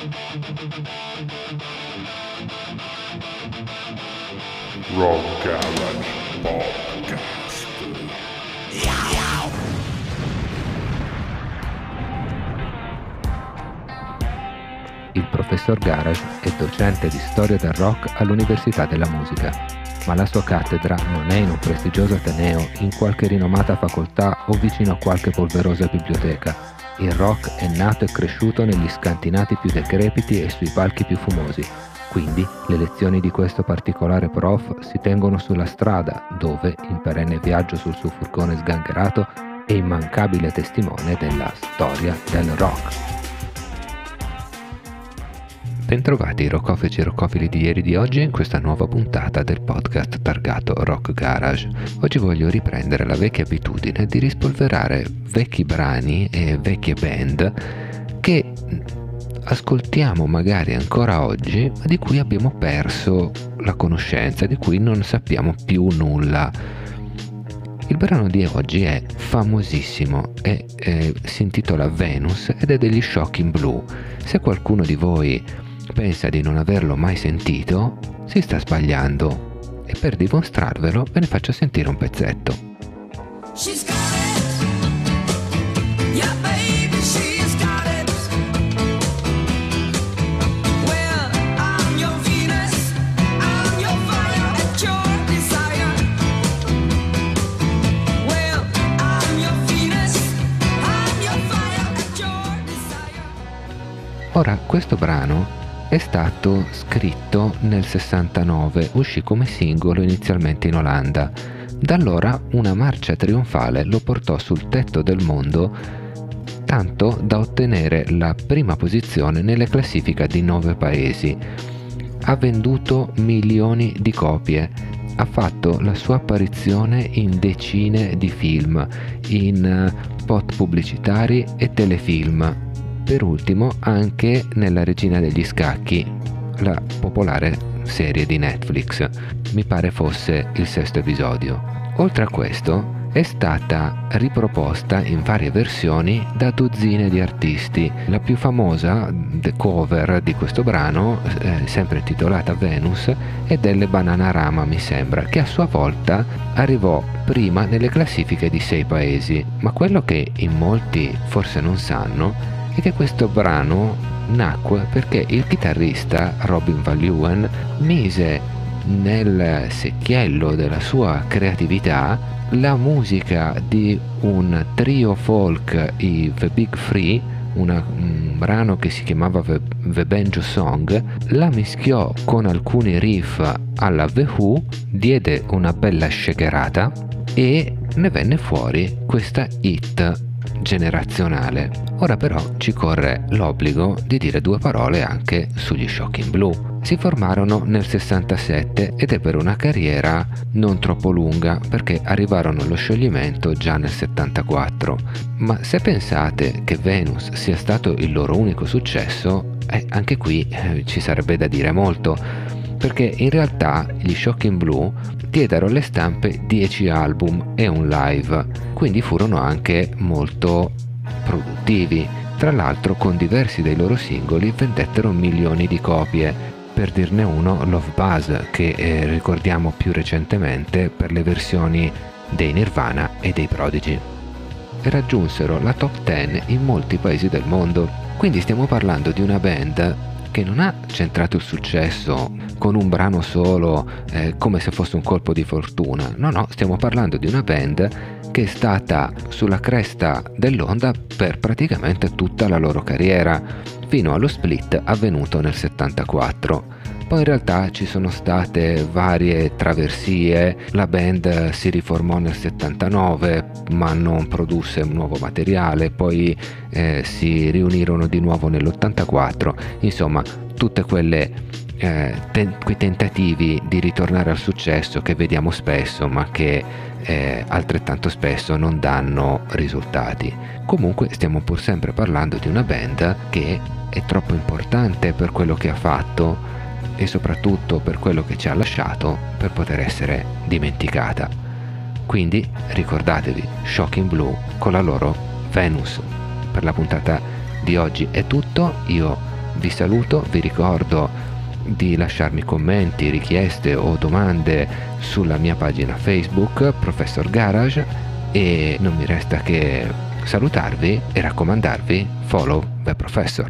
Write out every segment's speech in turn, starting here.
Rock Garage Podcast. Il professor Garage è docente di storia del rock all'Università della Musica, ma la sua cattedra non è in un prestigioso ateneo, in qualche rinomata facoltà o vicino a qualche polverosa biblioteca. Il rock è nato e cresciuto negli scantinati più decrepiti e sui palchi più fumosi. Quindi le lezioni di questo particolare prof si tengono sulla strada, dove, in perenne viaggio sul suo furgone sgangherato, è immancabile testimone della storia del rock. Bentrovati rockofagi e rockofili di ieri e di oggi in questa nuova puntata del podcast targato Rock Garage. Oggi voglio riprendere la vecchia abitudine di rispolverare vecchi brani e vecchie band che ascoltiamo magari ancora oggi, ma di cui abbiamo perso la conoscenza, di cui non sappiamo più nulla. Il brano di oggi è famosissimo e si intitola Venus ed è degli Shocking Blue. Se qualcuno di voi pensa di non averlo mai sentito, si sta sbagliando, e per dimostrarvelo ve ne faccio sentire un pezzetto. She's got it. Yeah, baby, she's got it. Well, I'm your Venus, I'm your fire at your desire. Well, I'm your Venus, I'm your fire at your desire. Ora, questo brano è stato scritto nel 69, uscì come singolo inizialmente in Olanda. Da allora una marcia trionfale lo portò sul tetto del mondo, tanto da ottenere la prima posizione nelle classifiche di 9 paesi. Ha venduto milioni di copie, ha fatto la sua apparizione in decine di film, in spot pubblicitari e telefilm. Per ultimo anche nella Regina degli Scacchi, la popolare serie di Netflix, mi pare fosse il 6º episodio. Oltre a questo è stata riproposta in varie versioni da dozzine di artisti. La più famosa cover di questo brano, sempre intitolata Venus, è delle Bananarama, mi sembra, che a sua volta arrivò prima nelle classifiche di 6 paesi. Ma quello che in molti forse non sanno è che questo brano nacque perché il chitarrista Robin Van Leeuwen mise nel secchiello della sua creatività la musica di un trio folk, i The Big Three, un brano che si chiamava The Banjo Song, la mischiò con alcuni riff alla The Who, diede una bella shakerata e ne venne fuori questa hit generazionale. Ora però ci corre l'obbligo di dire 2 parole anche sugli Shocking Blue. Si formarono nel 67 ed ebbero una carriera non troppo lunga, perché arrivarono allo scioglimento già nel 74. Ma se pensate che Venus sia stato il loro unico successo, anche qui ci sarebbe da dire molto, perché in realtà gli Shocking Blue diedero alle stampe 10 album e un live, quindi furono anche molto produttivi. Tra l'altro con diversi dei loro singoli vendettero milioni di copie. Per dirne uno, Love Buzz, che ricordiamo più recentemente per le versioni dei Nirvana e dei Prodigy. E raggiunsero la top 10 in molti paesi del mondo. Quindi stiamo parlando di una band che non ha centrato il successo con un brano solo, come se fosse un colpo di fortuna. No, stiamo parlando di una band che è stata sulla cresta dell'onda per praticamente tutta la loro carriera, fino allo split avvenuto nel 74. Poi in realtà ci sono state varie traversie, la band si riformò nel 79 ma non produsse nuovo materiale, poi si riunirono di nuovo nell'84, insomma tutte quei tentativi di ritornare al successo che vediamo spesso ma che altrettanto spesso non danno risultati. Comunque stiamo pur sempre parlando di una band che è troppo importante per quello che ha fatto e soprattutto per quello che ci ha lasciato per poter essere dimenticata. Quindi ricordatevi Shocking Blue con la loro Venus. Per la puntata di oggi è tutto, io Vi saluto, vi ricordo di lasciarmi commenti, richieste o domande sulla mia pagina Facebook Professor Garage, e non mi resta che salutarvi e raccomandarvi Follow the Professor.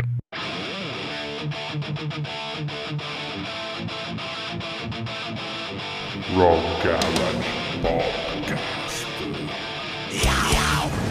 Rock Garage Podcast.